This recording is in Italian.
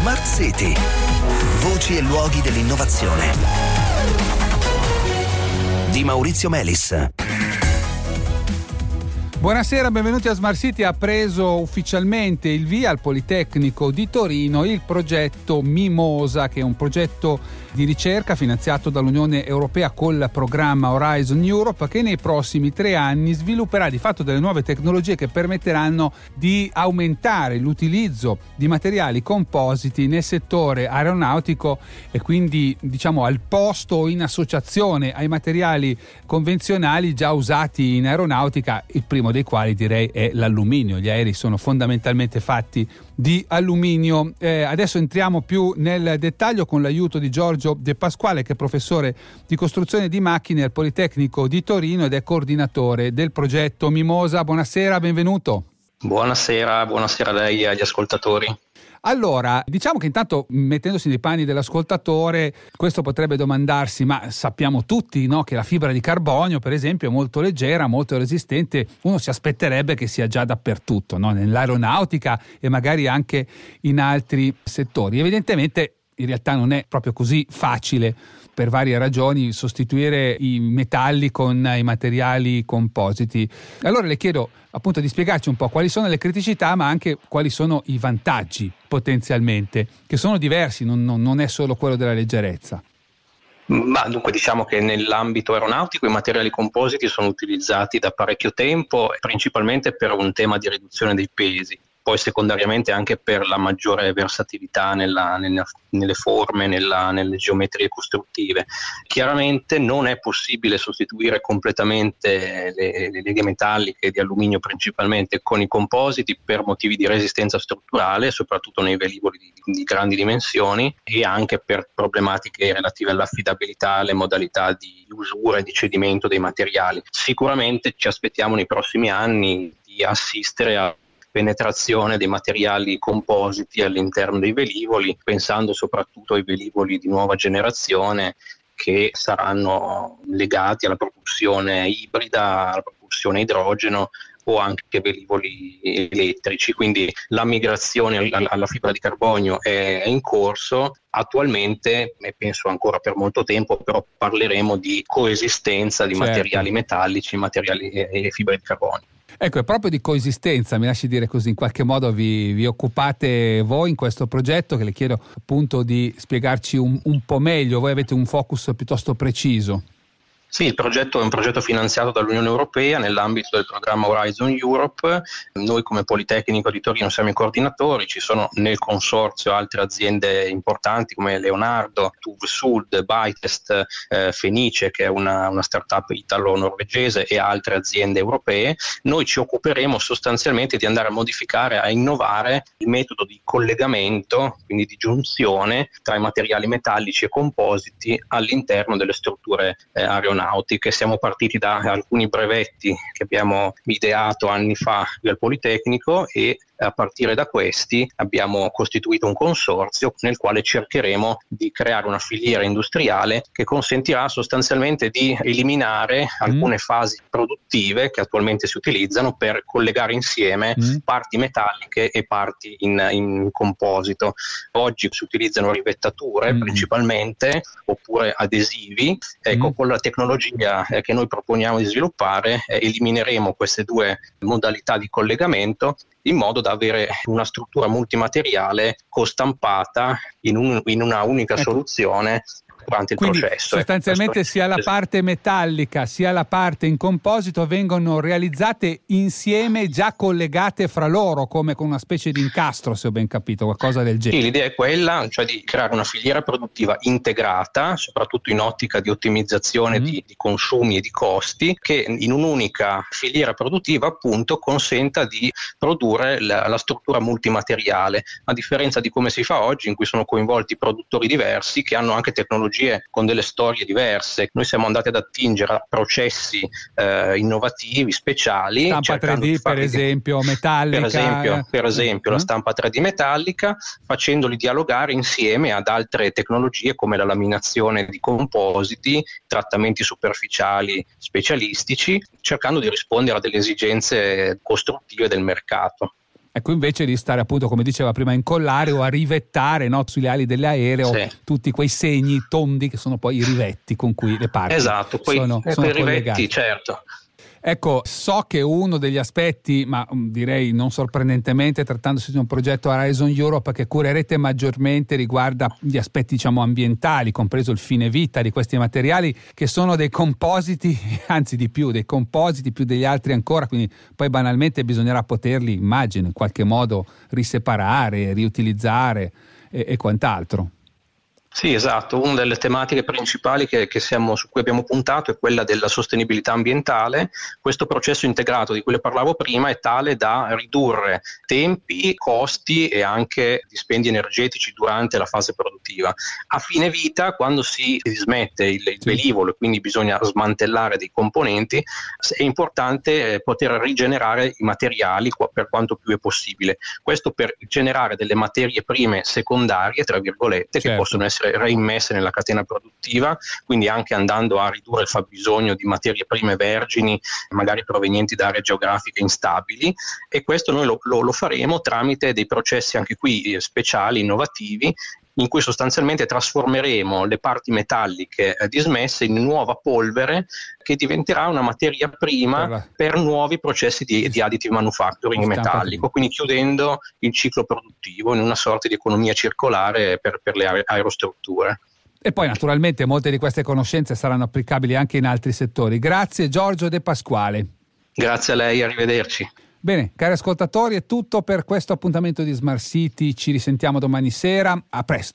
Smart City. Voci e luoghi dell'innovazione. Di Maurizio Melis. Buonasera, benvenuti a Smart City. Ha preso ufficialmente il via al Politecnico di Torino il progetto Mimosa, che è un progetto di ricerca finanziato dall'Unione Europea col programma Horizon Europe, che nei prossimi 3 anni svilupperà di fatto delle nuove tecnologie che permetteranno di aumentare l'utilizzo di materiali compositi nel settore aeronautico e quindi al posto, in associazione ai materiali convenzionali già usati in aeronautica, il primo dei quali direi è l'alluminio. Gli aerei sono fondamentalmente fatti di alluminio. Adesso entriamo più nel dettaglio con l'aiuto di Giorgio De Pasquale, che è professore di costruzione di macchine al Politecnico di Torino ed è coordinatore del progetto Mimosa. Buonasera, benvenuto. Buonasera a lei e agli ascoltatori. Allora, diciamo che intanto, mettendosi nei panni dell'ascoltatore, questo potrebbe domandarsi: ma sappiamo tutti, no, che la fibra di carbonio, per esempio, è molto leggera, molto resistente. Uno si aspetterebbe che sia già dappertutto, no? Nell'aeronautica e magari anche in altri settori. Evidentemente in realtà non è proprio così facile, per varie ragioni, sostituire i metalli con i materiali compositi. Allora le chiedo appunto di spiegarci un po' quali sono le criticità, ma anche quali sono i vantaggi potenzialmente, che sono diversi, non è solo quello della leggerezza. Ma dunque diciamo che nell'ambito aeronautico i materiali compositi sono utilizzati da parecchio tempo, principalmente per un tema di riduzione dei pesi, poi secondariamente anche per la maggiore versatilità nelle forme, nelle geometrie costruttive. Chiaramente non è possibile sostituire completamente le leghe metalliche di alluminio principalmente con i compositi per motivi di resistenza strutturale, soprattutto nei velivoli di grandi dimensioni, e anche per problematiche relative all'affidabilità, alle modalità di usura e di cedimento dei materiali. Sicuramente ci aspettiamo nei prossimi anni di assistere a penetrazione dei materiali compositi all'interno dei velivoli, pensando soprattutto ai velivoli di nuova generazione che saranno legati alla propulsione ibrida, alla propulsione idrogeno o anche velivoli elettrici. Quindi la migrazione alla fibra di carbonio è in corso attualmente, e penso ancora per molto tempo, però parleremo di coesistenza di materiali metallici, materiali e fibre di carbonio. Ecco, è proprio di coesistenza, mi lasci dire così, in qualche modo vi occupate voi in questo progetto, che le chiedo appunto di spiegarci un po' meglio. Voi avete un focus piuttosto preciso. Sì, il progetto è un progetto finanziato dall'Unione Europea nell'ambito del programma Horizon Europe. Noi come Politecnico di Torino siamo i coordinatori, ci sono nel consorzio altre aziende importanti come Leonardo, TUV Sud, Bytest, Fenice, che è una startup italo-norvegese, e altre aziende europee. Noi ci occuperemo sostanzialmente di andare a modificare, a innovare il metodo di collegamento, quindi di giunzione tra i materiali metallici e compositi all'interno delle strutture aeronautiche. Siamo partiti da alcuni brevetti che abbiamo ideato anni fa qui al Politecnico, e a partire da questi abbiamo costituito un consorzio nel quale cercheremo di creare una filiera industriale che consentirà sostanzialmente di eliminare alcune fasi produttive che attualmente si utilizzano per collegare insieme parti metalliche e parti in composito. Oggi si utilizzano rivettature principalmente, oppure adesivi. Ecco, con la tecnologia che noi proponiamo di sviluppare elimineremo queste due modalità di collegamento, in modo da avere una struttura multimateriale costampata in una unica soluzione durante il Quindi, processo. Sostanzialmente sia la parte metallica sia la parte in composito vengono realizzate insieme, già collegate fra loro, come con una specie di incastro, se ho ben capito, qualcosa del genere. Sì, l'idea è quella, cioè di creare una filiera produttiva integrata, soprattutto in ottica di ottimizzazione di consumi e di costi, che in un'unica filiera produttiva appunto consenta di produrre la struttura multimateriale, a differenza di come si fa oggi, in cui sono coinvolti produttori diversi che hanno anche tecnologie con delle storie diverse. Noi siamo andati ad attingere a processi innovativi, speciali. Stampa 3D per esempio, metallica. Per esempio la stampa 3D metallica, facendoli dialogare insieme ad altre tecnologie come la laminazione di compositi, trattamenti superficiali specialistici, cercando di rispondere a delle esigenze costruttive del mercato. Ecco, invece di stare appunto, come diceva prima, a incollare o a rivettare, no, sulle ali dell'aereo tutti quei segni tondi che sono poi i rivetti con cui le parti sono quei collegate. rivetti, certo. Ecco, so che uno degli aspetti, ma direi non sorprendentemente, trattandosi di un progetto Horizon Europe che curerete maggiormente, riguarda gli aspetti, diciamo, ambientali, compreso il fine vita di questi materiali, che sono dei compositi, anzi di più, dei compositi più degli altri ancora, quindi poi banalmente bisognerà poterli, immagino, in qualche modo riseparare, riutilizzare e quant'altro. Sì, esatto. Una delle tematiche principali su cui abbiamo puntato è quella della sostenibilità ambientale. Questo processo integrato di cui le parlavo prima è tale da ridurre tempi, costi e anche dispendi energetici durante la fase produttiva. A fine vita, quando si dismette il velivolo e quindi bisogna smantellare dei componenti, è importante poter rigenerare i materiali per quanto più è possibile. Questo per generare delle materie prime secondarie, tra virgolette, che possono essere reimmesse nella catena produttiva, quindi anche andando a ridurre il fabbisogno di materie prime vergini, magari provenienti da aree geografiche instabili, e questo noi lo faremo tramite dei processi anche qui speciali, innovativi, in cui sostanzialmente trasformeremo le parti metalliche dismesse in nuova polvere che diventerà una materia prima per nuovi processi di additive manufacturing metallico, quindi chiudendo il ciclo produttivo in una sorta di economia circolare per le aerostrutture. E poi naturalmente molte di queste conoscenze saranno applicabili anche in altri settori. Grazie Giorgio De Pasquale. Grazie a lei, arrivederci. Bene, cari ascoltatori, è tutto per questo appuntamento di Smart City. Ci risentiamo domani sera. A presto.